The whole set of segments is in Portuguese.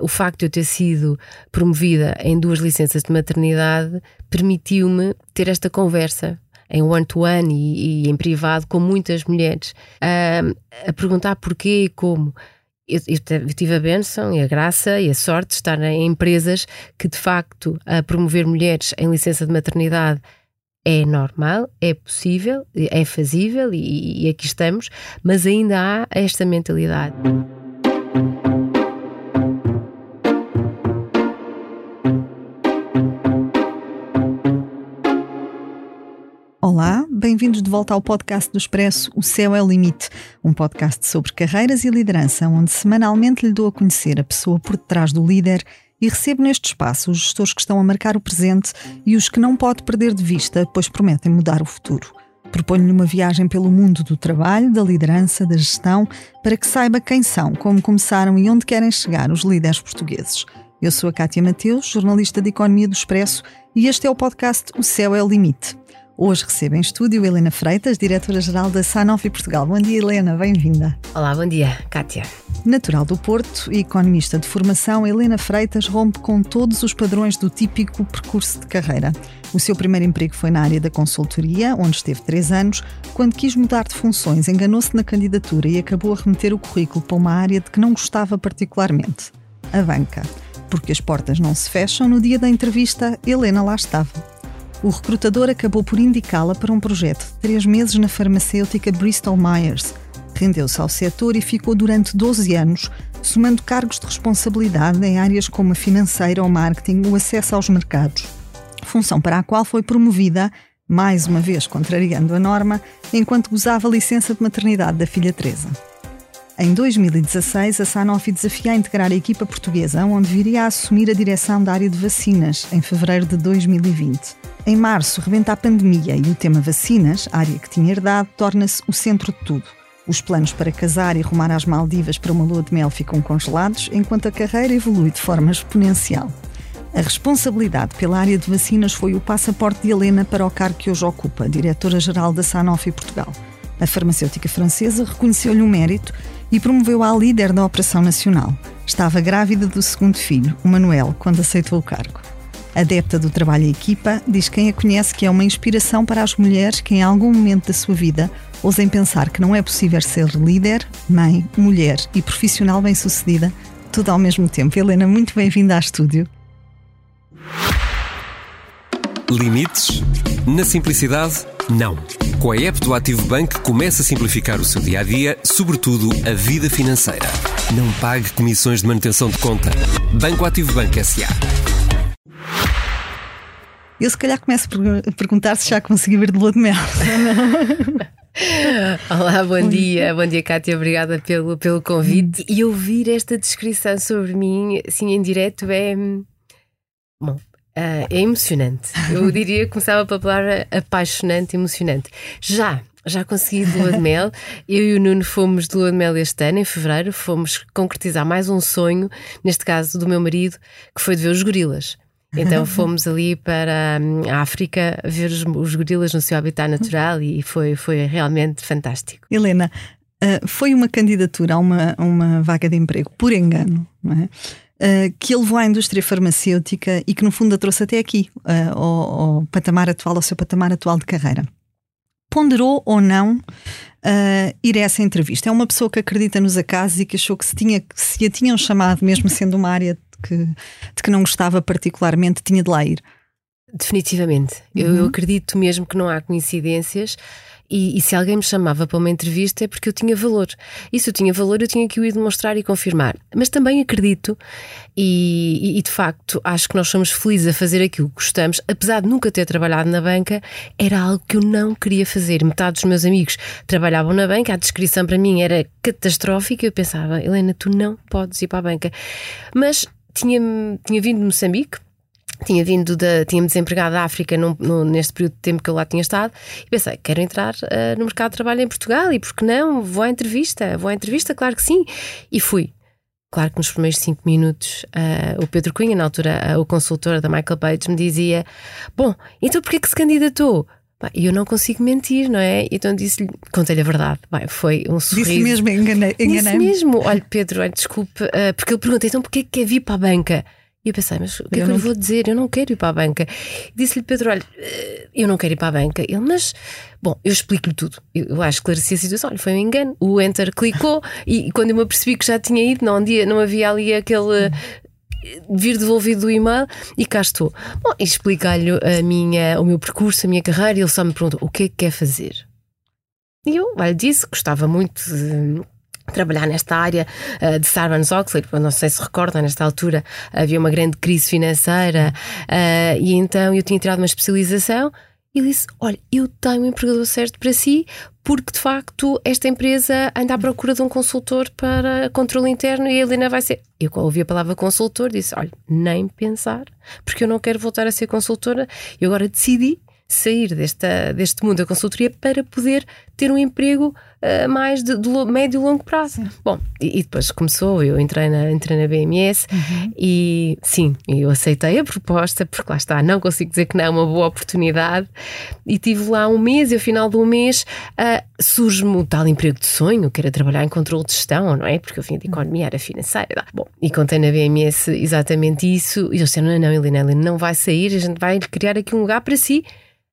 o facto de eu ter sido promovida em 2 licenças de maternidade permitiu-me ter esta conversa em one-to-one e em privado com muitas mulheres, a perguntar porquê e como. Eu tive a bênção e a graça e a sorte de estar em empresas que de facto a promover mulheres em licença de maternidade é normal, é possível, é fazível e aqui estamos, mas ainda há esta mentalidade. Olá, bem-vindos de volta ao podcast do Expresso O Céu é o Limite, um podcast sobre carreiras e liderança, onde semanalmente lhe dou a conhecer a pessoa por detrás do líder e recebo neste espaço os gestores que estão a marcar o presente e os que não pode perder de vista, pois prometem mudar o futuro. Proponho-lhe uma viagem pelo mundo do trabalho, da liderança, da gestão, para que saiba quem são, como começaram e onde querem chegar os líderes portugueses. Eu sou a Cátia Mateus, jornalista de Economia do Expresso, e este é o podcast O Céu é o Limite. Hoje recebo em estúdio Helena Freitas, diretora-geral da Sanofi Portugal. Bom dia, Helena, bem-vinda. Olá, bom dia, Cátia. Natural do Porto e economista de formação, Helena Freitas rompe com todos os padrões do típico percurso de carreira. O seu primeiro emprego foi na área da consultoria, onde esteve 3 anos. Quando quis mudar de funções, enganou-se na candidatura e acabou a remeter o currículo para uma área de que não gostava particularmente, a banca. Porque as portas não se fecham, no dia da entrevista, Helena lá estava. O recrutador acabou por indicá-la para um projeto de 3 meses na farmacêutica Bristol Myers. Rendeu-se ao setor e ficou durante 12 anos, somando cargos de responsabilidade em áreas como a financeira, o marketing, o acesso aos mercados. Função para a qual foi promovida, mais uma vez contrariando a norma, enquanto gozava a licença de maternidade da filha Teresa. Em 2016, a Sanofi desafia a integrar a equipa portuguesa, onde viria a assumir a direção da área de vacinas, em fevereiro de 2020. Em março, rebenta a pandemia e o tema vacinas, a área que tinha herdado, torna-se o centro de tudo. Os planos para casar e rumar às Maldivas para uma lua de mel ficam congelados, enquanto a carreira evolui de forma exponencial. A responsabilidade pela área de vacinas foi o passaporte de Helena para o cargo que hoje ocupa, diretora-geral da Sanofi Portugal. A farmacêutica francesa reconheceu-lhe o mérito e promoveu-a a líder da operação nacional. Estava grávida do segundo filho, o Manuel, quando aceitou o cargo. Adepta do trabalho em equipa, diz quem a conhece que é uma inspiração para as mulheres que em algum momento da sua vida ousem pensar que não é possível ser líder, mãe, mulher e profissional bem-sucedida, tudo ao mesmo tempo. Helena, muito bem-vinda ao estúdio. Limites? Na simplicidade, não. Com a app do Ativo Bank, comece a simplificar o seu dia-a-dia, sobretudo a vida financeira. Não pague comissões de manutenção de conta. Banco Ativo Bank S.A. Eu se calhar começo a perguntar se já consegui vir de lua de mel. Olá, bom dia, Cátia, obrigada pelo convite. E ouvir esta descrição sobre mim, assim em direto, é emocionante. Eu diria que começava pela palavra apaixonante, emocionante. Já consegui de lua de mel. Eu e o Nuno fomos de lua de mel este ano, em fevereiro. Fomos concretizar mais um sonho, neste caso do meu marido, que foi de ver os gorilas. Então fomos ali para a África ver os gorilas no seu habitat natural e foi realmente fantástico. Helena, foi uma candidatura a uma vaga de emprego por engano, não é? Que a levou à indústria farmacêutica e que no fundo a trouxe até aqui, ao patamar atual, ao seu patamar atual de carreira. Ponderou ou não ir a essa entrevista? É uma pessoa que acredita nos acasos e que achou que se a tinham chamado, mesmo sendo uma área de que não gostava particularmente, tinha de lá ir? Definitivamente. Eu acredito mesmo que não há coincidências e se alguém me chamava para uma entrevista é porque eu tinha valor. E se eu tinha valor, eu tinha que o ir demonstrar e confirmar. Mas também acredito e de facto acho que nós somos felizes a fazer aquilo que gostamos. Apesar de nunca ter trabalhado na banca, era algo que eu não queria fazer. Metade dos meus amigos trabalhavam na banca, a descrição para mim era catastrófica. Eu pensava, Helena, tu não podes ir para a banca. Mas tinha vindo de Moçambique, tinha-me desempregado da África neste período de tempo que eu lá tinha estado e pensei, quero entrar no mercado de trabalho em Portugal e por que não? Vou à entrevista, claro que sim. E fui. Claro que nos primeiros 5 minutos o Pedro Cunha, na altura o consultor da Michael Page, me dizia, bom, então porquê que se candidatou? E eu não consigo mentir, não é? Então contei-lhe a verdade. Foi um sorriso. Disse mesmo, enganei. Disse mesmo, olha Pedro, desculpe, porque ele perguntou, então porquê que quer vir para a banca? E eu pensei, mas o que é que eu lhe vou dizer? Eu não quero ir para a banca. Disse-lhe, Pedro, olha, eu não quero ir para a banca. Ele, mas, bom, eu explico-lhe tudo. Eu acho que esclareci a situação. Olha, foi um engano. O Enter clicou e quando eu me apercebi que já tinha ido, não havia ali aquele vir devolvido do e-mail e cá estou. Bom, e explicar-lhe o meu percurso, a minha carreira, e ele só me perguntou, o que é que quer fazer? E eu, disse que gostava muito de trabalhar nesta área de Sarbanes-Oxley, não sei se recordam, nesta altura havia uma grande crise financeira e então eu tinha tirado uma especialização e ele disse, olha, eu tenho um empregador certo para si, porque de facto esta empresa anda à procura de um consultor para controle interno e a Helena vai ser... Eu, quando ouvi a palavra consultor, disse, olha, nem pensar, porque eu não quero voltar a ser consultora. Eu agora decidi sair deste mundo da consultoria para poder ter um emprego mais de médio e longo prazo. Sim. Bom, e depois começou, eu entrei na BMS e sim, eu aceitei a proposta, porque lá está, não consigo dizer que não é uma boa oportunidade, e tive lá um mês e ao final do mês surge-me o tal emprego de sonho, que era trabalhar em controle de gestão, não é? Porque eu vinha de economia, era financeira. Bom, e contei na BMS exatamente isso, e eles disseram, não, Helena não vai sair, a gente vai criar aqui um lugar para si.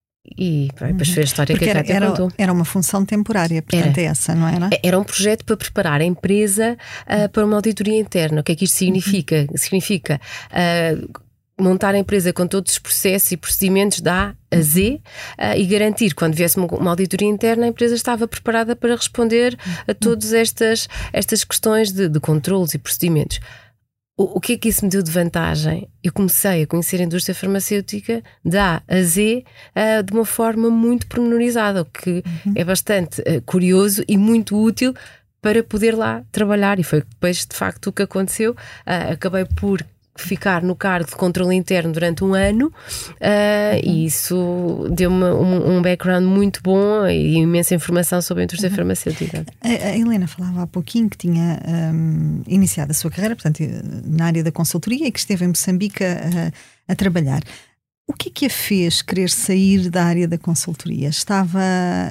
E depois foi a história porque que a Cátia contou. Era uma função temporária, portanto é essa, não era? Era um projeto para preparar a empresa para uma auditoria interna. O que é que isto significa? Significa montar a empresa com todos os processos e procedimentos da A a Z e garantir, quando viesse uma auditoria interna, a empresa estava preparada para responder a todas estas questões de controlos e procedimentos. O que é que isso me deu de vantagem? Eu comecei a conhecer a indústria farmacêutica de A a Z de uma forma muito pormenorizada, o que é bastante curioso e muito útil para poder lá trabalhar. E foi depois, de facto, o que aconteceu. Acabei por ficar no cargo de controle interno durante um ano e isso deu-me um background muito bom e imensa informação sobre a indústria farmacêutica. A Helena falava há pouquinho que tinha iniciado a sua carreira, portanto, na área da consultoria e que esteve em Moçambique a trabalhar. O que é que a fez querer sair da área da consultoria? Estava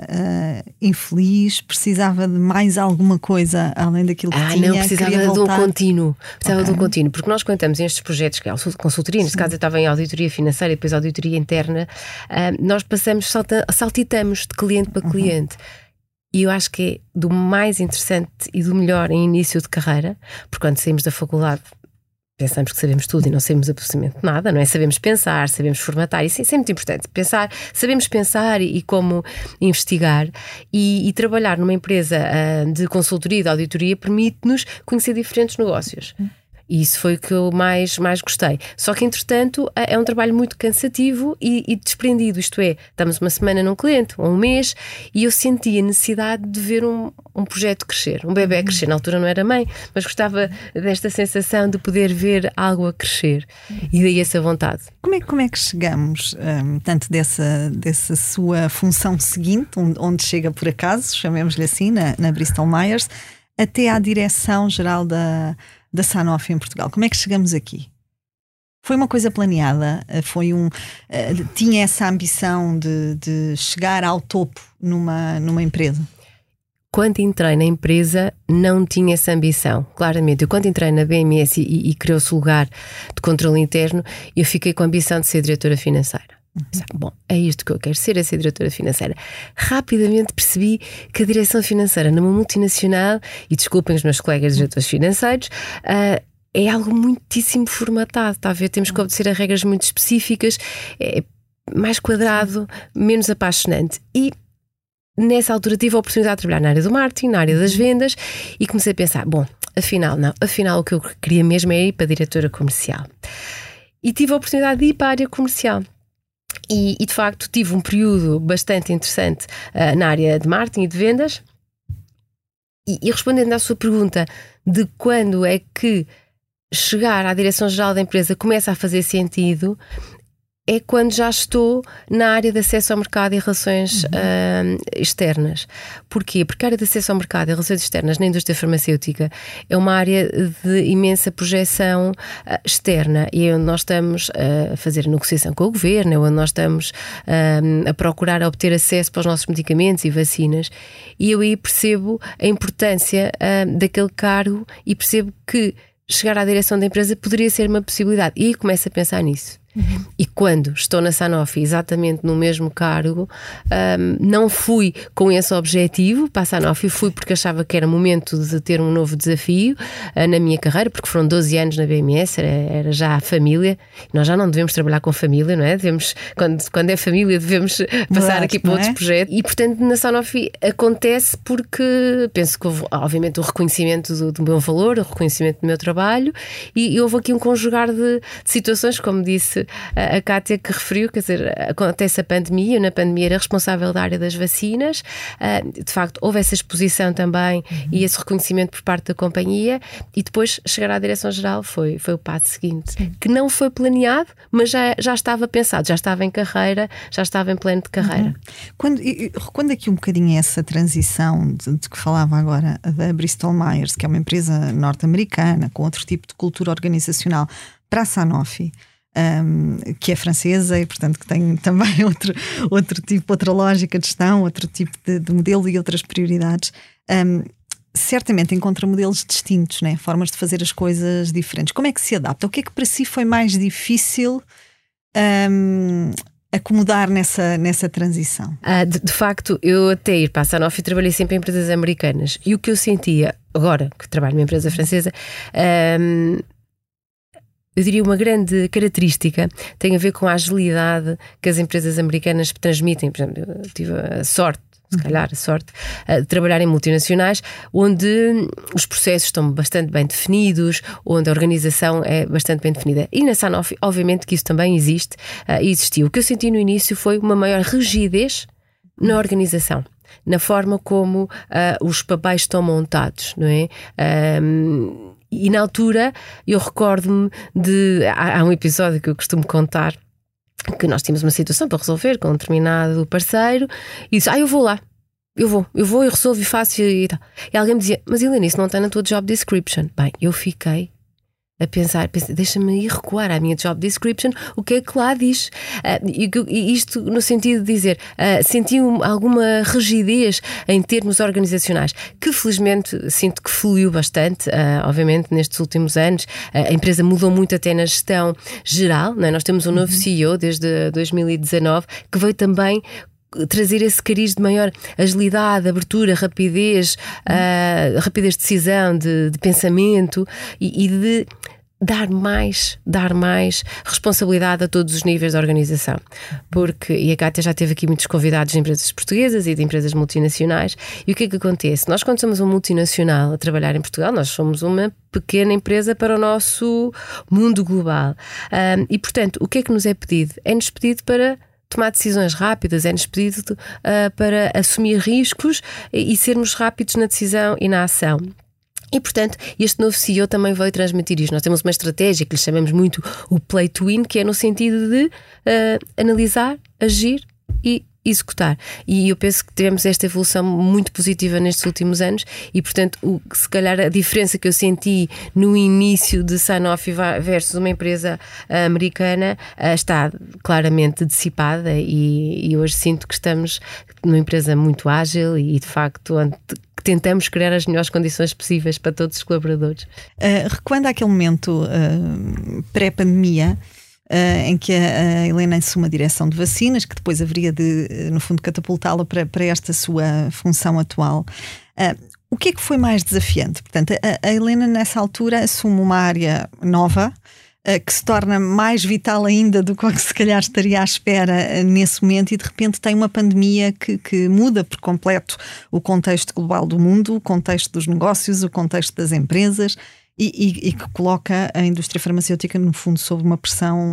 infeliz? Precisava de mais alguma coisa além daquilo que tinha? Não, precisava de um contínuo. Precisava de um contínuo, porque nós contamos estes projetos, que é a consultoria, neste caso eu estava em auditoria financeira e depois auditoria interna, nós saltitamos de cliente para cliente. E eu acho que é do mais interessante e do melhor em início de carreira, porque quando saímos da faculdade pensamos que sabemos tudo e não sabemos absolutamente nada, não é? Sabemos pensar, sabemos formatar, isso é muito importante. Sabemos pensar e como investigar e trabalhar numa empresa de consultoria e de auditoria permite-nos conhecer diferentes negócios. E isso foi o que eu mais gostei. Só que, entretanto, é um trabalho muito cansativo e desprendido. Isto é, estamos uma semana num cliente, ou um mês, e eu senti a necessidade de ver um projeto crescer, um bebê crescer. Na altura não era mãe, mas gostava desta sensação de poder ver algo a crescer. E daí essa vontade. Como é que chegamos, tanto dessa sua função seguinte, onde chega por acaso, chamemos-lhe assim, na Bristol Myers, até à direção-geral da Sanofi em Portugal? Como é que chegamos aqui? Foi uma coisa planeada? Tinha essa ambição de chegar ao topo numa empresa? Quando entrei na empresa não tinha essa ambição, claramente. Eu quando entrei na BMS e criou-se o lugar de controle interno, eu fiquei com a ambição de ser diretora financeira. Bom, é isto que eu quero ser diretora financeira. Rapidamente percebi que a direção financeira numa multinacional, e desculpem os meus colegas diretores financeiros, é algo muitíssimo formatado, está a ver? Temos que obedecer a regras muito específicas, é mais quadrado, menos apaixonante. E nessa altura tive a oportunidade de trabalhar na área do marketing, na área das vendas, e comecei a pensar, bom, afinal o que eu queria mesmo é ir para a diretora comercial. E tive a oportunidade de ir para a área comercial. E de facto tive um período bastante interessante na área de marketing e de vendas. E respondendo à sua pergunta de quando é que chegar à direção-geral da empresa começa a fazer sentido, é quando já estou na área de acesso ao mercado e relações externas. Porquê? Porque a área de acesso ao mercado e relações externas na indústria farmacêutica é uma área de imensa projeção externa, e é onde nós estamos a fazer a negociação com o governo, é onde nós estamos a procurar obter acesso para os nossos medicamentos e vacinas, e eu aí percebo a importância daquele cargo e percebo que chegar à direção da empresa poderia ser uma possibilidade, e aí começo a pensar nisso. E quando estou na Sanofi exatamente no mesmo cargo, não fui com esse objetivo para a Sanofi, fui porque achava que era momento de ter um novo desafio na minha carreira, porque foram 12 anos na BMS, era já a família. Nós já não devemos trabalhar com família, não é? Devemos, quando é família, devemos passar aqui para outros projetos. E portanto na Sanofi acontece porque penso que houve obviamente o reconhecimento do meu valor, o reconhecimento do meu trabalho, e houve aqui um conjugar de situações, como disse a Cátia, que referiu, quer dizer, acontece a pandemia. Eu na pandemia era responsável da área das vacinas, de facto houve essa exposição também e esse reconhecimento por parte da companhia, e depois chegar à direção-geral foi o passo seguinte. Sim. Que não foi planeado, mas já estava pensado, já estava em carreira, já estava em plano de carreira. Quando aqui um bocadinho essa transição de que falava agora da Bristol Myers, que é uma empresa norte-americana com outro tipo de cultura organizacional, para a Sanofi, que é francesa e portanto que tem também outro tipo, outra lógica de gestão, outro tipo de modelo e outras prioridades, certamente encontra modelos distintos, né? Formas de fazer as coisas diferentes. Como é que se adapta? O que é que para si foi mais difícil acomodar nessa transição? De facto, eu até ir para a Sanofi trabalhei sempre em empresas americanas, e o que eu sentia, agora que trabalho numa empresa francesa, eu diria uma grande característica tem a ver com a agilidade que as empresas americanas transmitem. Por exemplo, eu tive a sorte, se calhar a sorte, de trabalhar em multinacionais onde os processos estão bastante bem definidos, onde a organização é bastante bem definida. E na Sanofi, obviamente que isso também existe e existiu. O que eu senti no início foi uma maior rigidez na organização, na forma como os papéis estão montados, não é? E na altura eu recordo-me há um episódio que eu costumo contar, que nós tínhamos uma situação para resolver com um determinado parceiro, e disse, eu vou lá, eu vou e resolvo e faço e tal. E alguém me dizia, mas Helena, isso não está na tua job description. Bem, eu fiquei a pensar, deixa-me ir recuar à minha job description, o que é que lá diz? E isto no sentido de dizer, senti alguma rigidez em termos organizacionais, que felizmente sinto que fluiu bastante, obviamente nestes últimos anos. A empresa mudou muito até na gestão geral, não é? Nós temos um novo CEO desde 2019, que veio também trazer esse cariz de maior agilidade, abertura, rapidez, rapidez de decisão, de pensamento e de dar mais responsabilidade a todos os níveis da organização. E a Cátia já teve aqui muitos convidados de empresas portuguesas e de empresas multinacionais, e o que é que acontece? Nós, quando somos uma multinacional a trabalhar em Portugal, nós somos uma pequena empresa para o nosso mundo global, e portanto, o que é que nos é pedido? É-nos pedido para tomar decisões rápidas, é-nos pedido para assumir riscos e sermos rápidos na decisão e na ação. E, portanto, este novo CEO também veio transmitir isto. Nós temos uma estratégia que lhe chamamos muito o play to win, que é no sentido de analisar, agir e executar. E eu penso que tivemos esta evolução muito positiva nestes últimos anos e, portanto, se calhar a diferença que eu senti no início de Sanofi versus uma empresa americana está claramente dissipada e hoje sinto que estamos numa empresa muito ágil e, de facto, onde tentamos criar as melhores condições possíveis para todos os colaboradores. Recuando àquele momento pré-pandemia, em que a Helena assume a direção de vacinas, que depois haveria de, no fundo, catapultá-la para esta sua função atual. O que é que foi mais desafiante? Portanto, a Helena nessa altura assume uma área nova, que se torna mais vital ainda do que se calhar estaria à espera nesse momento, e de repente tem uma pandemia que muda por completo o contexto global do mundo, o contexto dos negócios, o contexto das empresas, e que coloca a indústria farmacêutica no fundo sob uma pressão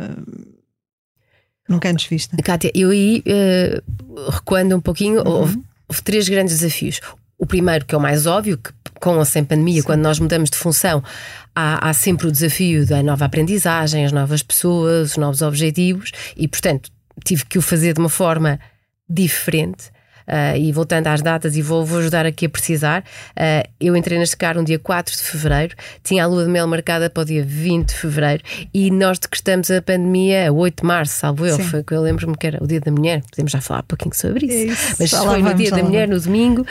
nunca antes vista. Cátia, eu aí recuando um pouquinho, houve 3 grandes desafios. O primeiro, que é o mais óbvio, que com ou sem pandemia, quando nós mudamos de função, há sempre o desafio da nova aprendizagem, as novas pessoas, os novos objetivos, e portanto tive que o fazer de uma forma diferente. E voltando às datas, e vou ajudar aqui a precisar, eu entrei na Secar no dia 4 de fevereiro, tinha a lua de mel marcada para o dia 20 de fevereiro, e nós decretamos a pandemia a 8 de março, salvo eu. Foi que eu lembro-me que era o dia da mulher. Podemos já falar um pouquinho sobre isso, mas foi no dia da mulher, no domingo,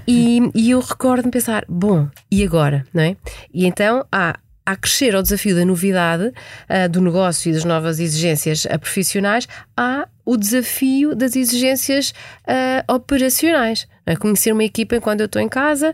e eu recordo-me pensar, bom, e agora? Não é? E então a crescer ao desafio da novidade, do negócio e das novas exigências profissionais, há o desafio das exigências operacionais. Conhecer uma equipa enquanto eu estou em casa,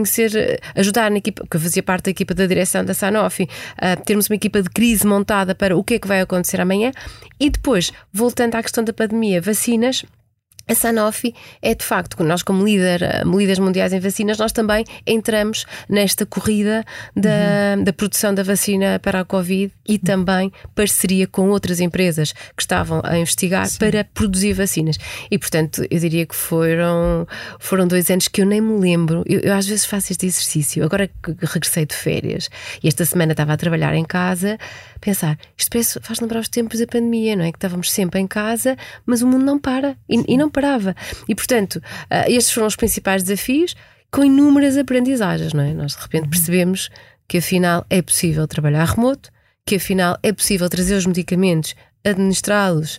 ajudar na equipa, porque eu fazia parte da equipa da direção da Sanofi, termos uma equipa de crise montada para o que é que vai acontecer amanhã. E depois, voltando à questão da pandemia, vacinas. A Sanofi é de facto, nós como líderes mundiais em vacinas, nós também entramos nesta corrida da produção da vacina para a Covid e também parceria com outras empresas que estavam a investigar para produzir vacinas. E portanto eu diria que foram 2 anos que eu nem me lembro. Eu às vezes faço este exercício, agora que regressei de férias e esta semana estava a trabalhar em casa, pensar, isto faz lembrar os tempos da pandemia, não é? Que estávamos sempre em casa, mas o mundo não para e não parava. E portanto, estes foram os principais desafios, com inúmeras aprendizagens, não é? Nós de repente percebemos que afinal é possível trabalhar remoto, que afinal é possível trazer os medicamentos, administrá-los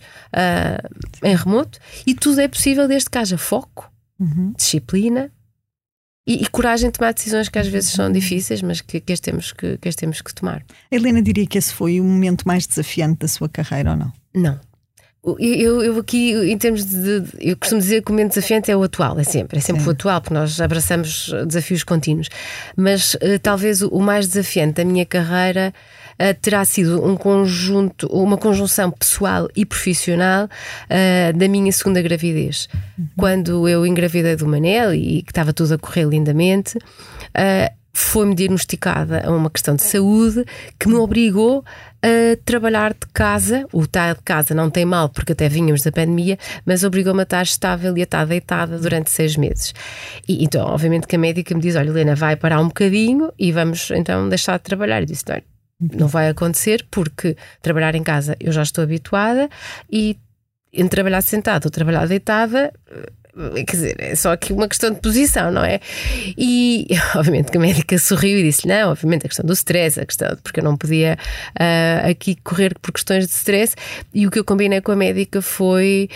em remoto, e tudo é possível desde que haja foco, disciplina e coragem de tomar decisões que às vezes são difíceis, mas que as temos que tomar. A Helena diria que esse foi o momento mais desafiante da sua carreira, ou não? Não. Eu aqui, em termos eu costumo dizer que o momento desafiante é o atual, é sempre o atual, porque nós abraçamos desafios contínuos. Mas talvez o mais desafiante da minha carreira terá sido uma conjunção pessoal e profissional da minha segunda gravidez. Quando eu engravidei do Manel e que estava tudo a correr lindamente, foi-me diagnosticada uma questão de saúde que me obrigou a trabalhar de casa. O estar de casa não tem mal, porque até vínhamos da pandemia, mas obrigou-me a estar estável e a estar deitada durante 6 meses. E então, obviamente que a médica me diz, olha, Helena, vai parar um bocadinho e vamos então deixar de trabalhar. Eu disse, não vai acontecer, porque trabalhar em casa eu já estou habituada, e entre trabalhar sentada ou trabalhar deitada, quer dizer, é só aqui uma questão de posição, não é? E obviamente que a médica sorriu e disse, não, obviamente a questão do stress, porque eu não podia aqui correr por questões de stress. E o que eu combinei com a médica foi,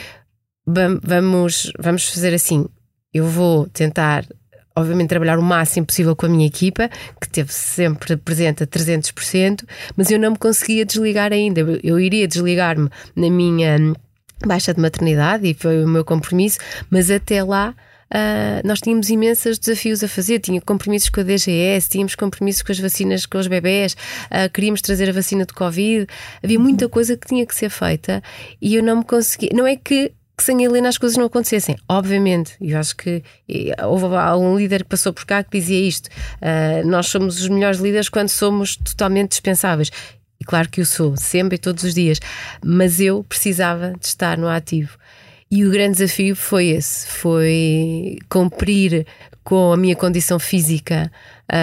vamos fazer assim, eu vou tentar obviamente trabalhar o máximo possível com a minha equipa, que esteve sempre presente a 300%, mas eu não me conseguia desligar ainda. Eu iria desligar-me na minha baixa de maternidade, e foi o meu compromisso, mas até lá nós tínhamos imensos desafios a fazer. Tinha compromissos com a DGS, tínhamos compromissos com as vacinas, com os bebés, queríamos trazer a vacina de Covid, havia muita coisa que tinha que ser feita e eu não me conseguia. Não é que sem a Helena as coisas não acontecessem, obviamente. Eu acho que houve algum líder que passou por cá que dizia isto, nós somos os melhores líderes quando somos totalmente dispensáveis. E claro que eu sou, sempre e todos os dias, mas eu precisava de estar no ativo. E o grande desafio foi esse, foi cumprir com a minha condição física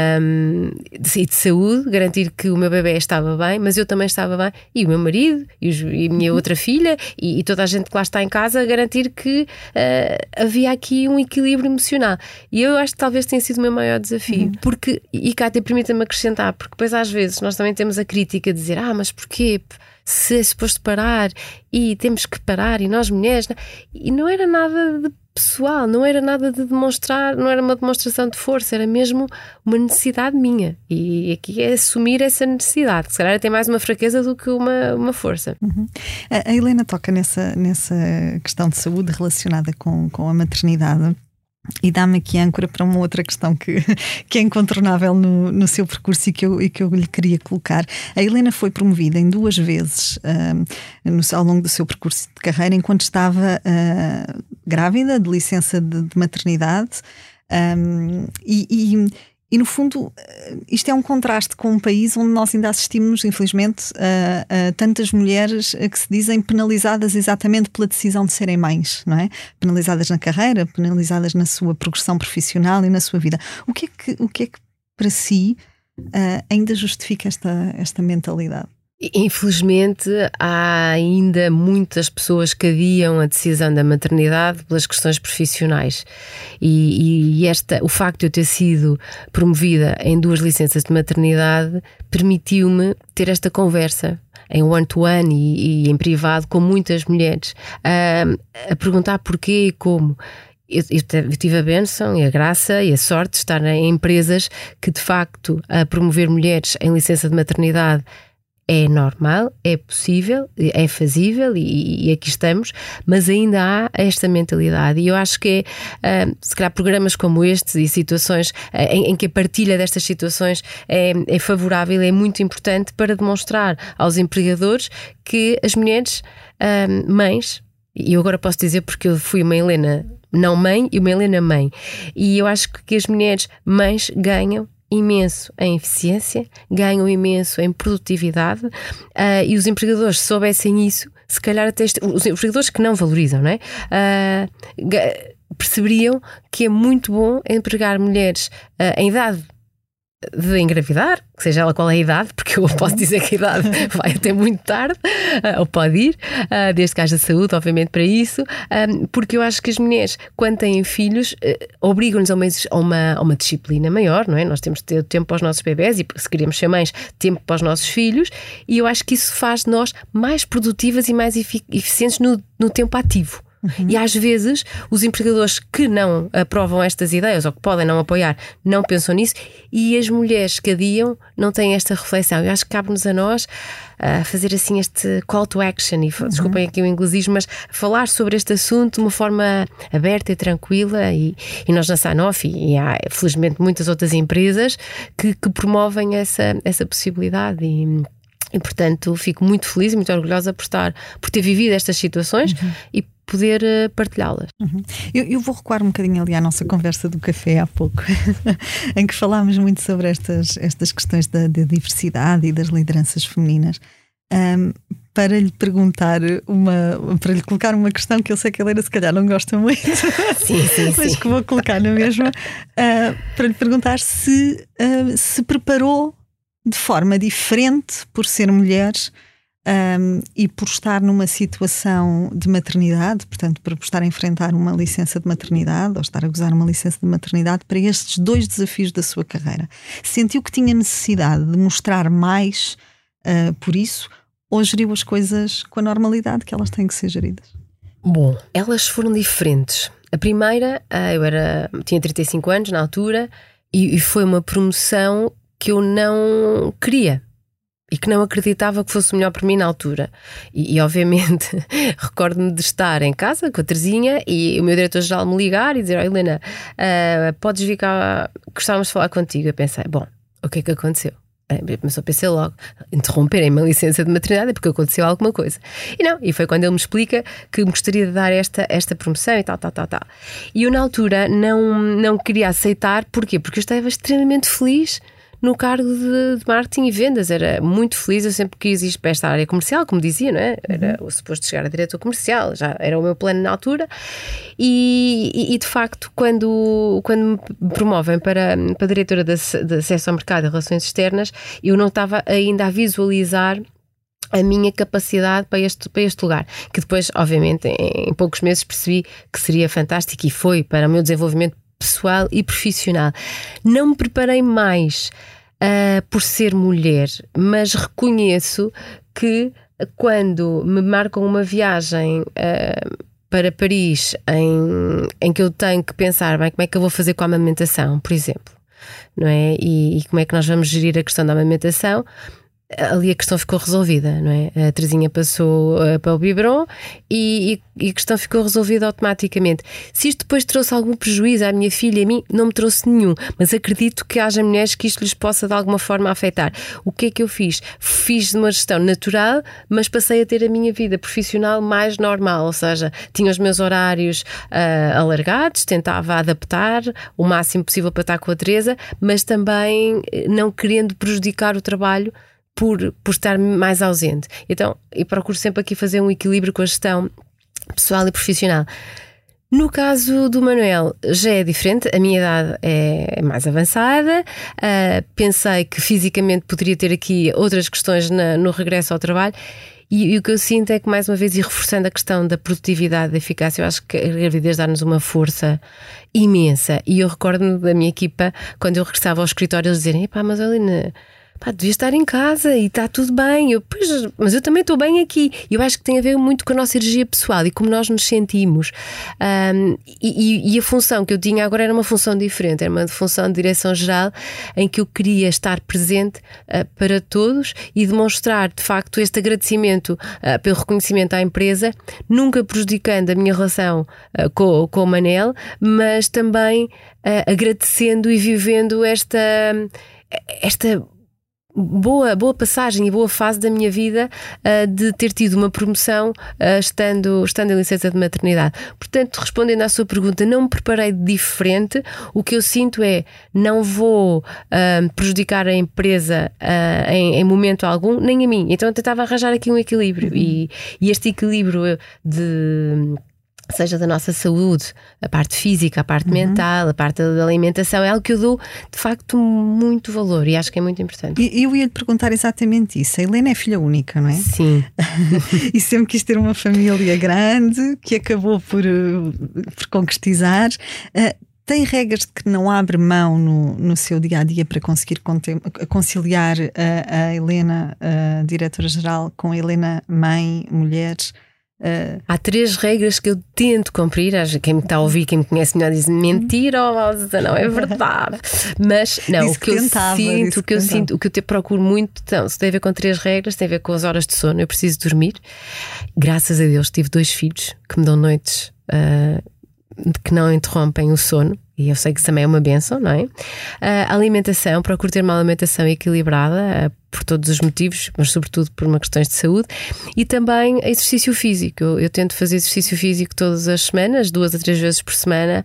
e de saúde, garantir que o meu bebê estava bem, mas eu também estava bem, e o meu marido, e a minha outra filha, e toda a gente que lá está em casa, garantir que havia aqui um equilíbrio emocional. E eu acho que talvez tenha sido o meu maior desafio, porque, e Cátia, permita-me acrescentar, porque depois às vezes nós também temos a crítica de dizer, mas porquê? Se é suposto parar e temos que parar, e nós mulheres, e não era nada de pessoal, não era nada de demonstrar, não era uma demonstração de força, era mesmo uma necessidade minha, e aqui é assumir essa necessidade, que se calhar tem mais uma fraqueza do que uma força. A Helena toca nessa questão de saúde relacionada com a maternidade. E dá-me aqui âncora para uma outra questão que é incontornável no seu percurso e que eu lhe queria colocar. A Helena foi promovida em 2 vezes ao longo do seu percurso de carreira, enquanto estava grávida, de licença de maternidade, e no fundo isto é um contraste com um país onde nós ainda assistimos, infelizmente, a tantas mulheres que se dizem penalizadas exatamente pela decisão de serem mães, não é? Penalizadas na carreira, penalizadas na sua progressão profissional e na sua vida. O que é que para si, ainda justifica esta mentalidade? Infelizmente, há ainda muitas pessoas que adiam a decisão da maternidade pelas questões profissionais. E o facto de eu ter sido promovida em 2 licenças de maternidade permitiu-me ter esta conversa em one-to-one e em privado com muitas mulheres, a perguntar porquê e como. Eu tive a bênção e a graça e a sorte de estar em empresas que, de facto, a promover mulheres em licença de maternidade é normal, é possível, é fazível e aqui estamos, mas ainda há esta mentalidade. E eu acho que se calhar programas como estes e situações em que a partilha destas situações é favorável, é muito importante para demonstrar aos empregadores que as mulheres mães, e eu agora posso dizer porque eu fui uma Helena não mãe e uma Helena mãe, e eu acho que as mulheres mães ganham imenso em eficiência, ganham imenso em produtividade, e os empregadores, se soubessem isso, se calhar até os empregadores que não valorizam, não é? Perceberiam que é muito bom empregar mulheres em idade de engravidar, que seja ela qual é a idade, porque eu posso dizer que a idade vai até muito tarde, ou pode ir, desde que haja saúde, obviamente, para isso, porque eu acho que as mulheres, quando têm filhos, obrigam-nos a uma disciplina maior, não é? Nós temos de ter tempo para os nossos bebés e, se queremos ser mães, tempo para os nossos filhos, e eu acho que isso faz de nós mais produtivas e mais eficientes no tempo ativo. E às vezes os empregadores que não aprovam estas ideias ou que podem não apoiar não pensam nisso, e as mulheres que adiam não têm esta reflexão. Eu acho que cabe-nos a nós fazer assim este call to action, e desculpem aqui o inglesismo, mas falar sobre este assunto de uma forma aberta e tranquila, e nós na Sanofi, e há felizmente muitas outras empresas que promovem essa possibilidade, e portanto fico muito feliz e muito orgulhosa por ter vivido estas situações e poder partilhá-las. Eu vou recuar um bocadinho ali à nossa conversa do café há pouco, em que falámos muito sobre estas questões da diversidade e das lideranças femininas, para lhe perguntar para lhe colocar uma questão que eu sei que a Helena se calhar não gosta muito, mas que vou colocar na mesma, para lhe perguntar se preparou de forma diferente por ser mulher, e por estar numa situação de maternidade, portanto, por estar a enfrentar uma licença de maternidade ou estar a gozar uma licença de maternidade, para estes 2 desafios da sua carreira. Sentiu que tinha necessidade de mostrar mais por isso, ou geriu as coisas com a normalidade que elas têm que ser geridas? Bom, elas foram diferentes. A primeira, eu tinha 35 anos na altura, e foi uma promoção que eu não queria e que não acreditava que fosse melhor para mim na altura. E obviamente recordo-me de estar em casa com a Terezinha e o meu diretor-geral me ligar e dizer: Helena, podes vir cá, gostávamos de falar contigo. Eu pensei, bom, o que é que aconteceu? Mas eu pensei logo, interromperem uma licença de maternidade é porque aconteceu alguma coisa. E foi quando ele me explica que me gostaria de dar esta promoção e tal. E eu na altura não queria aceitar. Porquê? Porque eu estava extremamente feliz no cargo de marketing e vendas, era muito feliz, eu sempre quis ir para esta área comercial, como dizia, não é? Era o suposto chegar a diretor comercial, já era o meu plano na altura, e de facto, quando me promovem para diretora de acesso ao mercado e relações externas, eu não estava ainda a visualizar a minha capacidade para este lugar, que depois, obviamente, em poucos meses percebi que seria fantástico, e foi para o meu desenvolvimento pessoal e profissional. Não me preparei mais por ser mulher, mas reconheço que quando me marcam uma viagem para Paris em que eu tenho que pensar, bem, como é que eu vou fazer com a amamentação, por exemplo, não é? E como é que nós vamos gerir a questão da amamentação, ali a questão ficou resolvida, não é? A Terezinha passou para o biberon e a questão ficou resolvida automaticamente. Se isto depois trouxe algum prejuízo à minha filha e a mim, não me trouxe nenhum, mas acredito que haja mulheres que isto lhes possa de alguma forma afetar. O que é que eu fiz? Fiz uma gestão natural, mas passei a ter a minha vida profissional mais normal, ou seja, tinha os meus horários alargados, tentava adaptar o máximo possível para estar com a Teresa, mas também não querendo prejudicar o trabalho por estar mais ausente. Então, eu procuro sempre aqui fazer um equilíbrio com a gestão pessoal e profissional. No caso do Manuel já é diferente, a minha idade é mais avançada, pensei que fisicamente poderia ter aqui outras questões no regresso ao trabalho e o que eu sinto é que, mais uma vez, e reforçando a questão da produtividade, da eficácia, eu acho que a gravidez dá-nos uma força imensa. E eu recordo-me da minha equipa, quando eu regressava ao escritório, eles dizerem: "Epá, mas Helena, devia estar em casa e está tudo bem." Pois, mas eu também estou bem aqui. Eu acho que tem a ver muito com a nossa energia pessoal e como nós nos sentimos. E a função que eu tinha agora era uma função diferente, era uma função de direção-geral em que eu queria estar presente para todos e demonstrar de facto este agradecimento pelo reconhecimento à empresa, nunca prejudicando a minha relação com o Manel, mas também agradecendo e vivendo esta boa passagem e boa fase da minha vida, de ter tido uma promoção estando em licença de maternidade. Portanto, respondendo à sua pergunta, não me preparei de diferente. O que eu sinto é: não vou prejudicar a empresa em momento algum, nem a mim. Então eu tentava arranjar aqui um equilíbrio. E este equilíbrio seja da nossa saúde, a parte física, a parte mental, a parte da alimentação, é algo que eu dou de facto muito valor e acho que é muito importante. E eu ia-lhe perguntar exatamente isso. A Helena é filha única, não é? Sim. E sempre quis ter uma família grande, que acabou por concretizar. Tem regras de que não abre mão no seu dia-a-dia para conseguir conciliar a Helena, a diretora-geral, com a Helena, mãe, mulher? Há 3 regras que eu tento cumprir. Quem me está a ouvir, quem me conhece melhor, diz: mentira, não é verdade. Mas não, o que eu sinto, o que eu procuro muito, então, se tem a ver com 3 regras, tem a ver com as horas de sono. Eu preciso dormir. Graças a Deus tive 2 filhos que me dão noites que não interrompem o sono. E eu sei que isso também é uma bênção, não é? A alimentação, procuro ter uma alimentação equilibrada, por todos os motivos, mas sobretudo por uma questões de saúde. E também exercício físico. Eu tento fazer exercício físico todas as semanas, 2 a 3 vezes por semana,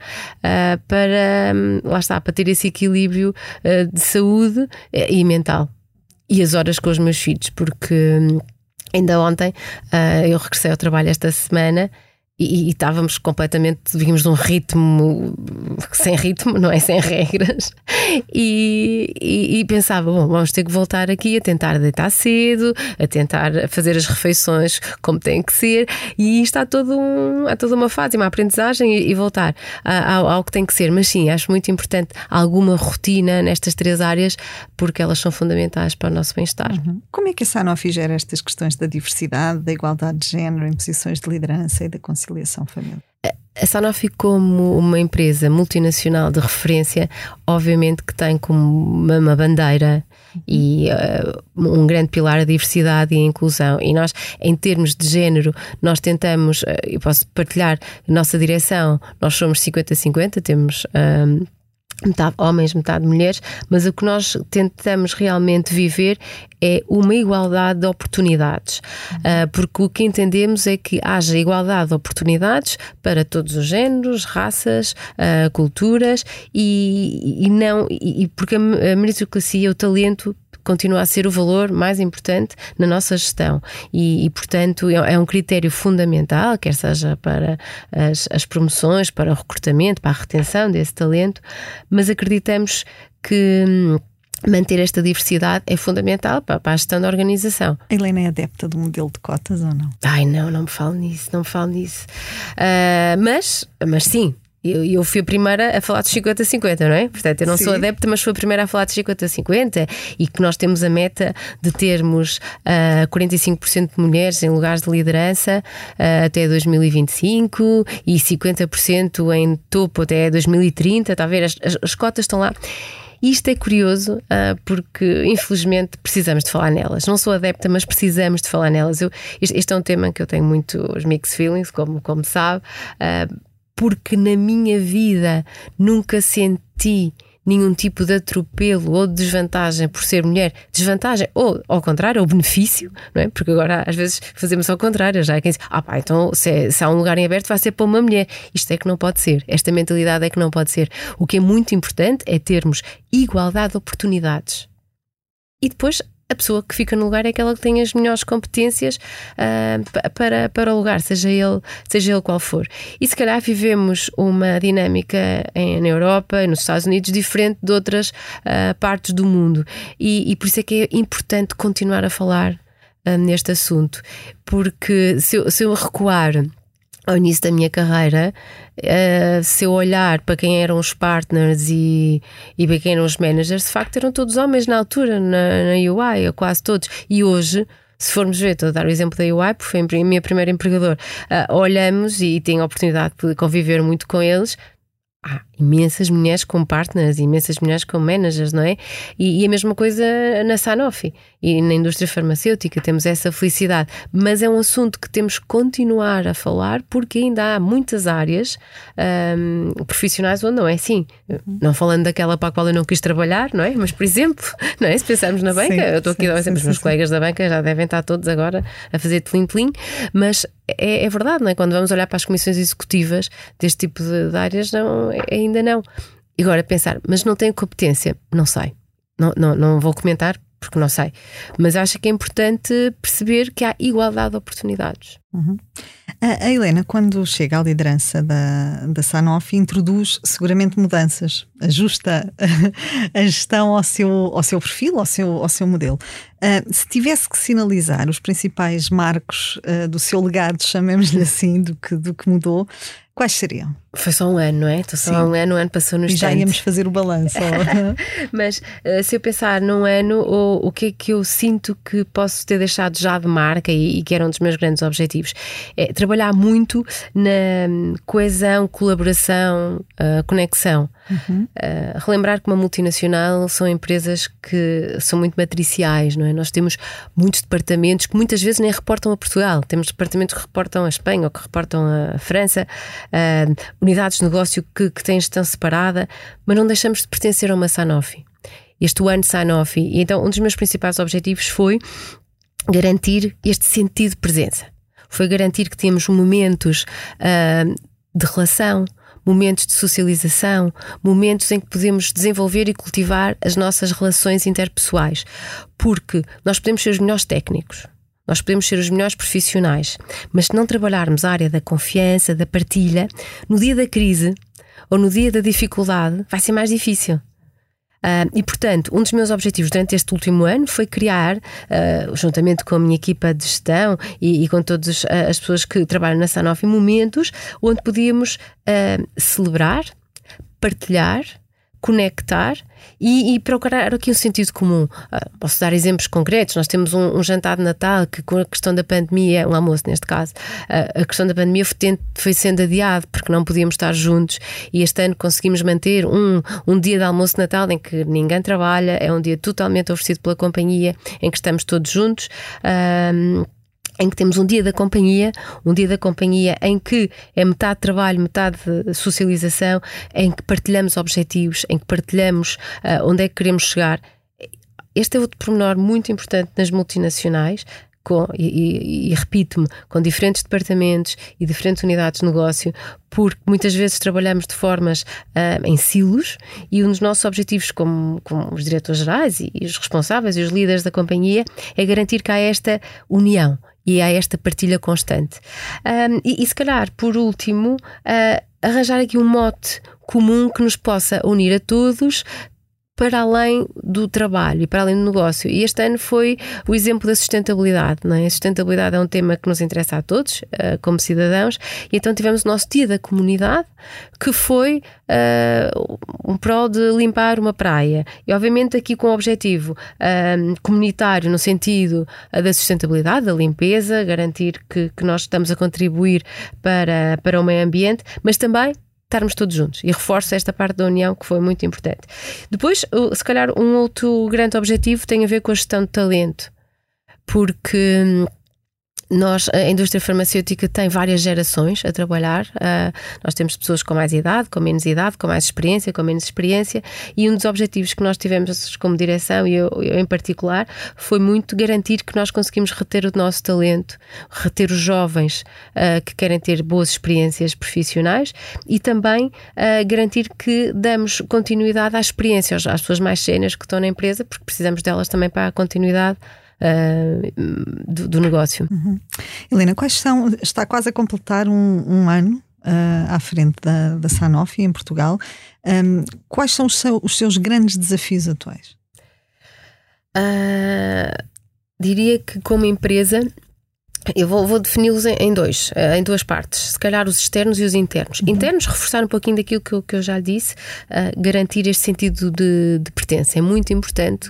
para ter esse equilíbrio de saúde e mental. E as horas com os meus filhos, porque ainda ontem eu regressei ao trabalho esta semana. E estávamos completamente, vínhamos de um ritmo sem ritmo, não é? Sem regras. E pensava: bom, vamos ter que voltar aqui a tentar deitar cedo, a tentar fazer as refeições como tem que ser. E isto há toda uma fase, uma aprendizagem e voltar ao que tem que ser. Mas sim, acho muito importante alguma rotina nestas 3 áreas, porque elas são fundamentais para o nosso bem-estar. Como é que a Sanofi gera estas questões da diversidade, da igualdade de género em posições de liderança e da conciliação familiar? A Sanofi, como uma empresa multinacional de referência, obviamente que tem como uma bandeira e um grande pilar a diversidade e a inclusão. E nós, em termos de género, nós tentamos, eu posso partilhar a nossa direção, nós somos 50-50, temos metade homens, metade mulheres, mas o que nós tentamos realmente viver é uma igualdade de oportunidades, porque o que entendemos é que haja igualdade de oportunidades para todos os géneros, raças, culturas e porque a meritocracia, o talento, continua a ser o valor mais importante na nossa gestão e portanto é um critério fundamental, quer seja para as promoções, para o recrutamento, para a retenção desse talento, mas acreditamos que manter esta diversidade é fundamental para a gestão da organização. A Helena é adepta do modelo de cotas ou não? Não me falo nisso. Mas sim. Eu fui a primeira a falar dos 50-50, não é? Portanto, eu não sou adepta, mas fui a primeira a falar dos 50-50 e que nós temos a meta de termos 45% de mulheres em lugares de liderança até 2025 e 50% em topo até 2030. Está a ver? As cotas estão lá. Isto é curioso porque, infelizmente, precisamos de falar nelas. Não sou adepta, mas precisamos de falar nelas. Este é um tema que eu tenho muitos mixed feelings, como sabe, porque na minha vida nunca senti nenhum tipo de atropelo ou de desvantagem por ser mulher. Desvantagem, ou ao contrário, ou benefício, não é? Porque agora às vezes fazemos ao contrário. Já há quem diz: então se há um lugar em aberto vai ser para uma mulher. Isto é que não pode ser. Esta mentalidade é que não pode ser. O que é muito importante é termos igualdade de oportunidades. E depois a pessoa que fica no lugar é aquela que tem as melhores competências para o lugar, seja ele qual for. E se calhar vivemos uma dinâmica na Europa e nos Estados Unidos diferente de outras partes do mundo. E por isso é que é importante continuar a falar neste assunto. Porque se eu recuar ao início da minha carreira, se eu olhar para quem eram os partners e para quem eram os managers, de facto eram todos homens na altura, na UI, quase todos. E hoje, se formos ver, estou a dar o exemplo da UI, porque foi a minha primeira empregadora, olhamos e tenho a oportunidade de conviver muito com eles. Há imensas mulheres como partners, imensas mulheres como managers, não é? E a mesma coisa na Sanofi e na indústria farmacêutica, temos essa felicidade. Mas é um assunto que temos que continuar a falar, porque ainda há muitas áreas profissionais onde não é assim. Não falando daquela para a qual eu não quis trabalhar, não é? Mas, por exemplo, não é? Se pensarmos na banca, eu estou aqui a dar exemplo, os meus colegas da banca já devem estar todos agora a fazer tlim-tlim, mas é verdade, não é? Quando vamos olhar para as comissões executivas deste tipo de áreas, ainda não. E agora pensar, mas não tenho competência? Não sei. Não vou comentar porque não sei. Mas acho que é importante perceber que há igualdade de oportunidades. A Helena, quando chega à liderança da Sanofi, introduz seguramente mudanças, ajusta a gestão ao seu perfil, ao seu modelo. Se tivesse que sinalizar os principais marcos do seu legado, chamemos-lhe assim, do que mudou, quais seriam? Foi só um ano, não é? Estou só um ano passou no instante. E já íamos fazer o balanço. Mas se eu pensar num ano, o que é que eu sinto que posso ter deixado já de marca e que era um dos meus grandes objetivos? É trabalhar muito na coesão, colaboração, conexão. Relembrar que uma multinacional são empresas que são muito matriciais, não é? Nós temos muitos departamentos que muitas vezes nem reportam a Portugal. Temos departamentos que reportam a Espanha ou que reportam a França, unidades de negócio que têm gestão separada, mas não deixamos de pertencer a uma Sanofi. Este ano Sanofi. E então um dos meus principais objetivos foi garantir este sentido de presença. Foi garantir que tínhamos momentos de relação, momentos de socialização, momentos em que podemos desenvolver e cultivar as nossas relações interpessoais. Porque nós podemos ser os melhores técnicos, nós podemos ser os melhores profissionais, mas se não trabalharmos a área da confiança, da partilha, no dia da crise ou no dia da dificuldade vai ser mais difícil. E portanto, um dos meus objetivos durante este último ano foi criar, juntamente com a minha equipa de gestão e com todas as pessoas que trabalham na Sanofi, momentos onde podíamos celebrar, partilhar, conectar e procurar aqui um sentido comum. Posso dar exemplos concretos. Nós temos um jantar de Natal que, com a questão da pandemia, um almoço neste caso, a questão da pandemia foi sendo adiado porque não podíamos estar juntos, e este ano conseguimos manter um dia de almoço de Natal em que ninguém trabalha, é um dia totalmente oferecido pela companhia, em que estamos todos juntos, em que temos um dia da companhia em que é metade trabalho, metade socialização, em que partilhamos objetivos, em que partilhamos onde é que queremos chegar. Este é outro pormenor muito importante nas multinacionais, e repito-me, com diferentes departamentos e diferentes unidades de negócio, porque muitas vezes trabalhamos de formas em silos, e um dos nossos objetivos como os diretores gerais e os responsáveis e os líderes da companhia é garantir que há esta união e há esta partilha constante. E se calhar, por último, arranjar aqui um mote comum que nos possa unir a todos para além do trabalho e para além do negócio. E este ano foi o exemplo da sustentabilidade, não é? A sustentabilidade é um tema que nos interessa a todos, como cidadãos, e então tivemos o nosso dia da comunidade, que foi um prol de limpar uma praia. E obviamente aqui com o objetivo comunitário, no sentido da sustentabilidade, da limpeza, garantir que nós estamos a contribuir para o meio ambiente, mas também estarmos todos juntos, e reforço esta parte da união que foi muito importante. Depois, se calhar um outro grande objetivo tem a ver com a gestão de talento, porque a indústria farmacêutica tem várias gerações a trabalhar. Nós temos pessoas com mais idade, com menos idade, com mais experiência, com menos experiência, e um dos objetivos que nós tivemos como direção, e eu em particular, foi muito garantir que nós conseguimos reter o nosso talento, reter os jovens que querem ter boas experiências profissionais, e também garantir que damos continuidade à experiência às pessoas mais séniores que estão na empresa, porque precisamos delas também para a continuidade do negócio. Helena, está quase a completar um ano à frente da Sanofi em Portugal. Quais são os seus grandes desafios atuais? Diria que como empresa eu vou defini-los em duas partes, se calhar os externos e os internos. Internos, reforçar um pouquinho daquilo que eu já disse, garantir este sentido de pertença. É muito importante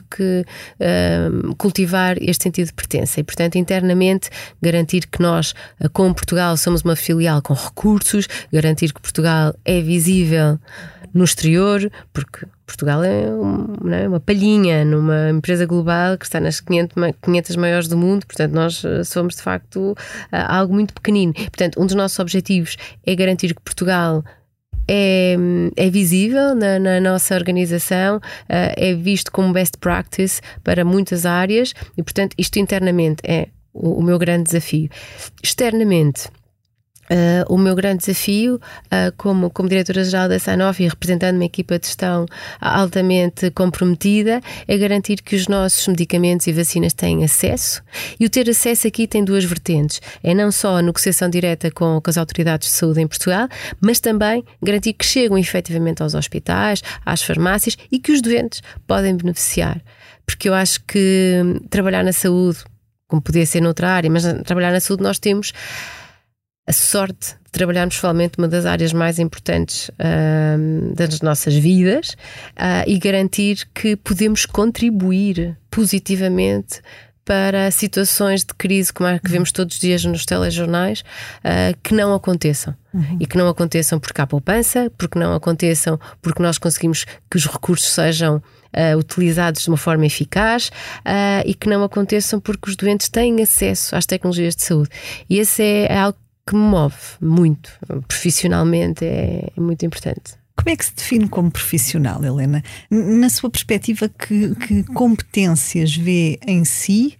cultivar este sentido de pertença, e portanto internamente garantir que nós, como Portugal, somos uma filial com recursos, garantir que Portugal é visível no exterior, porque Portugal é uma palhinha numa empresa global que está nas 500 maiores do mundo, portanto nós somos de facto algo muito pequenino. Portanto, um dos nossos objetivos é garantir que Portugal é visível na nossa organização, é visto como best practice para muitas áreas, e portanto isto internamente é o meu grande desafio. Externamente, o meu grande desafio, como diretora-geral da Sanofi, representando uma equipa de gestão altamente comprometida, é garantir que os nossos medicamentos e vacinas têm acesso. E o ter acesso aqui tem duas vertentes. É não só a negociação direta com as autoridades de saúde em Portugal, mas também garantir que chegam efetivamente aos hospitais, às farmácias, e que os doentes podem beneficiar. Porque eu acho que trabalhar na saúde, como podia ser noutra área, mas trabalhar na saúde, nós temos a sorte de trabalharmos provavelmente uma das áreas mais importantes das nossas vidas, e garantir que podemos contribuir positivamente para situações de crise como a que vemos todos os dias nos telejornais, que não aconteçam. E que não aconteçam porque há poupança, porque não aconteçam porque nós conseguimos que os recursos sejam utilizados de uma forma eficaz, e que não aconteçam porque os doentes têm acesso às tecnologias de saúde. E esse é algo que me move muito, profissionalmente é muito importante. Como é que se define como profissional, Helena? Na sua perspectiva, que competências vê em si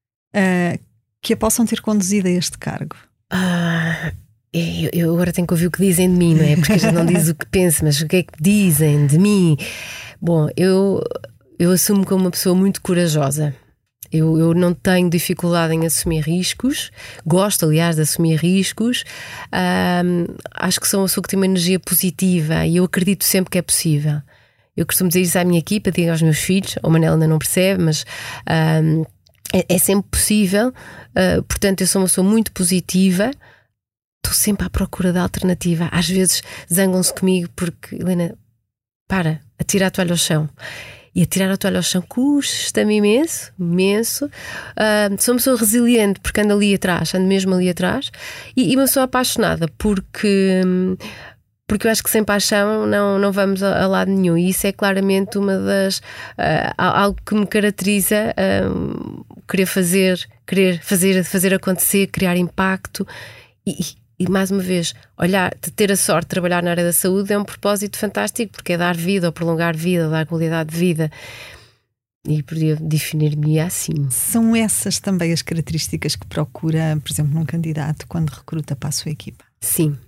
que a possam ter conduzido a este cargo? Eu agora tenho que ouvir o que dizem de mim, não é? Porque a gente não diz o que pensa, mas o que é que dizem de mim? Bom, eu assumo como uma pessoa muito corajosa. Eu não tenho dificuldade em assumir riscos, gosto, aliás, de assumir riscos. Acho que sou uma pessoa que tem uma energia positiva e eu acredito sempre que é possível. Eu costumo dizer isso à minha equipa, digo aos meus filhos, o Manel ainda não percebe, mas é sempre possível. Portanto, eu sou uma pessoa muito positiva, estou sempre à procura da alternativa. Às vezes zangam-se comigo porque, Helena, atira a toalha ao chão. E atirar a toalha ao chão custa-me imenso. Sou uma pessoa resiliente porque ando mesmo ali atrás, e uma pessoa apaixonada porque eu acho que sem paixão não vamos a lado nenhum, e isso é claramente uma das algo que me caracteriza, querer fazer acontecer, criar impacto, e mais uma vez, ter a sorte de trabalhar na área da saúde é um propósito fantástico, porque é dar vida, ou prolongar vida, ou dar qualidade de vida. E podia definir-me assim. São essas também as características que procura, por exemplo, num candidato quando recruta para a sua equipa? Sim.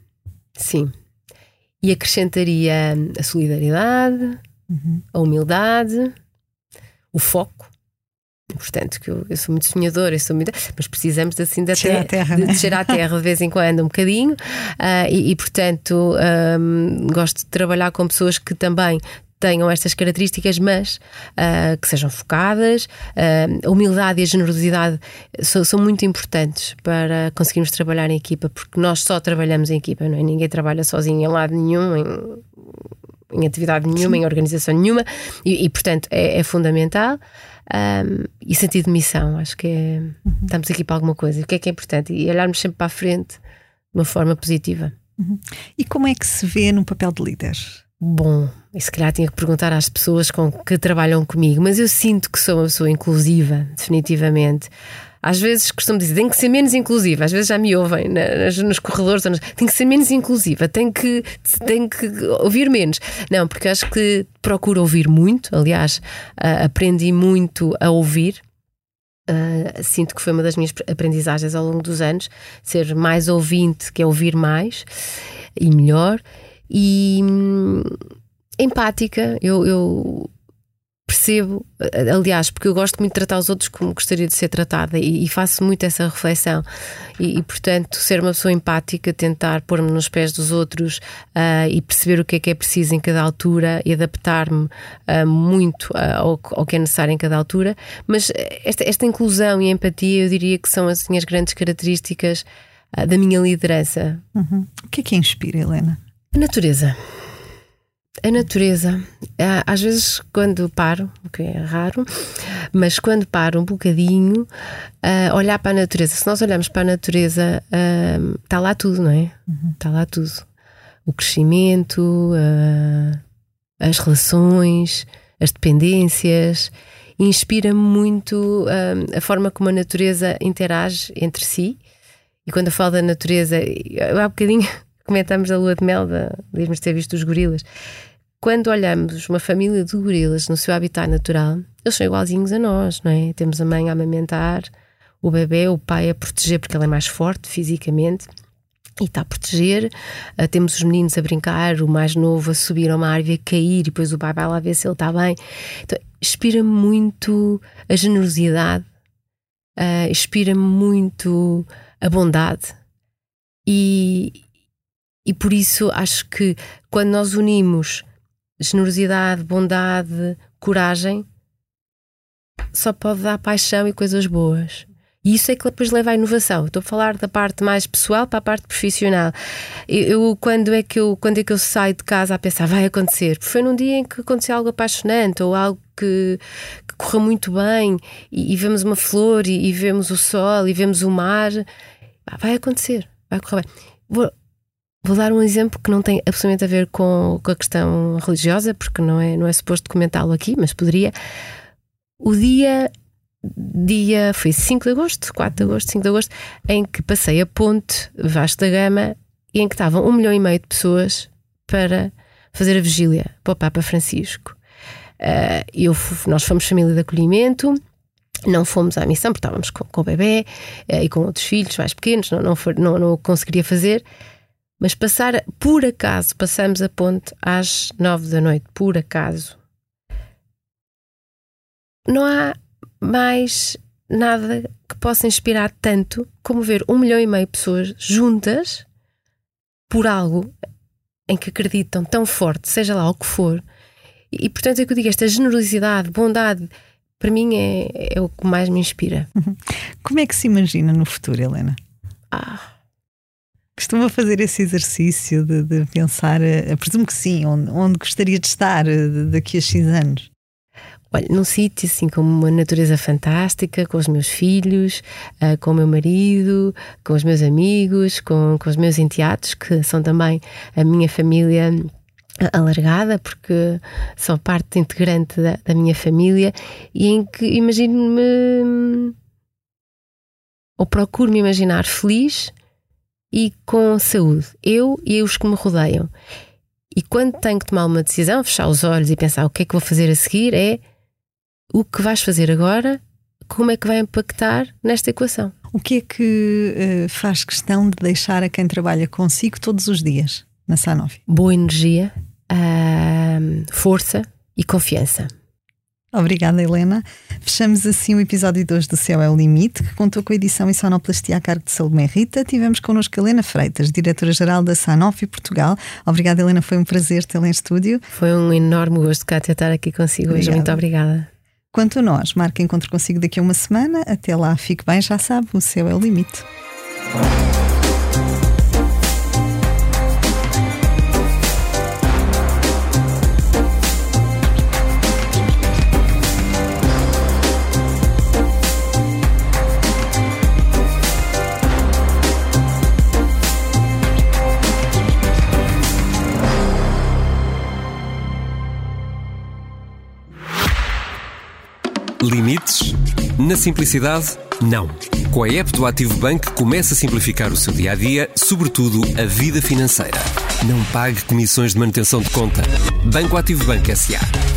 E acrescentaria a solidariedade, a humildade, o foco. Portanto, que eu sou muito sonhadora, mas precisamos assim de descer à terra de vez em quando um bocadinho, e portanto gosto de trabalhar com pessoas que também tenham estas características, mas que sejam focadas. A humildade e a generosidade são muito importantes para conseguirmos trabalhar em equipa, porque nós só trabalhamos em equipa, não é? Ninguém trabalha sozinho em lado nenhum, em atividade nenhuma, em organização nenhuma, e portanto é fundamental. E sentido de missão, acho que estamos aqui para alguma coisa. O que é importante? E olharmos sempre para a frente de uma forma positiva. E como é que se vê no papel de líder? Bom, e se calhar tinha que perguntar às pessoas que trabalham comigo, mas eu sinto que sou uma pessoa inclusiva, definitivamente. Às vezes costumo dizer, tem que ser menos inclusiva. Às vezes já me ouvem nos corredores, tem que ser menos inclusiva, tem que ouvir menos. Não, porque acho que procuro ouvir muito. Aliás, aprendi muito a ouvir. Sinto que foi uma das minhas aprendizagens ao longo dos anos, ser mais ouvinte, que é ouvir mais e melhor, e empática. Eu percebo, aliás, porque eu gosto muito de tratar os outros como gostaria de ser tratada, e faço muito essa reflexão, e portanto ser uma pessoa empática, tentar pôr-me nos pés dos outros e perceber o que é preciso em cada altura e adaptar-me muito ao que é necessário em cada altura. Mas esta inclusão e empatia, eu diria que são assim as grandes características da minha liderança. O que inspira, Helena? A natureza. A natureza. Às vezes, quando paro, o que é raro, mas quando paro um bocadinho, olhar para a natureza. Se nós olharmos para a natureza, está lá tudo, não é? Está lá tudo. O crescimento, as relações, as dependências. Inspira-me muito a forma como a natureza interage entre si. E quando eu falo da natureza, há bocadinho comentamos da lua de mel, devemos ter visto os gorilas. Quando olhamos uma família de gorilas no seu habitat natural, eles são igualzinhos a nós, não é? Temos a mãe a amamentar, o bebê, o pai a proteger porque ele é mais forte fisicamente e está a proteger. Temos os meninos a brincar, o mais novo a subir a uma árvore, a cair, e depois o pai vai lá ver se ele está bem. Então, inspira-me muito a generosidade, inspira-me muito a bondade, e por isso acho que quando nós unimos generosidade, bondade, coragem, só pode dar paixão e coisas boas. E isso é que depois leva à inovação. Estou a falar da parte mais pessoal para a parte profissional. Quando é que eu saio de casa a pensar vai acontecer? Foi num dia em que aconteceu algo apaixonante, ou algo que correu muito bem, e vemos uma flor, e vemos o sol, e vemos o mar. Vai acontecer, vai correr bem. Vou dar um exemplo que não tem absolutamente a ver com a questão religiosa, porque não é suposto comentá-lo aqui, mas poderia. O dia foi 5 de agosto, 4 de agosto, 5 de agosto, em que passei a ponte Vasco da Gama, e em que estavam 1,5 milhão de pessoas para fazer a vigília para o Papa Francisco. Nós fomos família de acolhimento. Não fomos à missão porque estávamos com o bebê e com outros filhos mais pequenos, não conseguiria fazer. Mas por acaso, passamos a ponte às 9 da noite, por acaso. Não há mais nada que possa inspirar tanto como ver 1,5 milhão de pessoas juntas por algo em que acreditam tão forte, seja lá o que for. E portanto é que eu digo, esta generosidade, bondade, para mim é o que mais me inspira. Como é que se imagina no futuro, Helena? Costuma fazer esse exercício de pensar, presumo que sim, onde gostaria de estar daqui a X anos? Olha, num sítio assim com uma natureza fantástica, com os meus filhos, com o meu marido, com os meus amigos, com os meus enteados, que são também a minha família alargada, porque são parte integrante da minha família, e em que imagino-me, ou procuro-me imaginar feliz e com saúde, eu e os que me rodeiam. E quando tenho que tomar uma decisão, fechar os olhos e pensar o que é que vou fazer a seguir, é o que vais fazer agora, como é que vai impactar nesta equação. O que é que faz questão de deixar a quem trabalha consigo todos os dias na Sanofi? Boa energia, força e confiança. Obrigada, Helena. Fechamos assim o episódio 2 do Céu é o Limite, que contou com a edição e sonoplastia a cargo de Salomé Rita. Tivemos connosco Helena Freitas, diretora-geral da Sanofi Portugal. Obrigada, Helena, foi um prazer tê-la em estúdio. Foi um enorme gosto, Cátia, estar aqui consigo hoje. Muito obrigada. Quanto a nós, marque encontro consigo daqui a uma semana. Até lá, fique bem, já sabe, o céu é o limite. Limites? Na simplicidade, não. Com a app do Ativo Bank, comece a simplificar o seu dia-a-dia, sobretudo a vida financeira. Não pague comissões de manutenção de conta. Banco Ativo Bank S.A.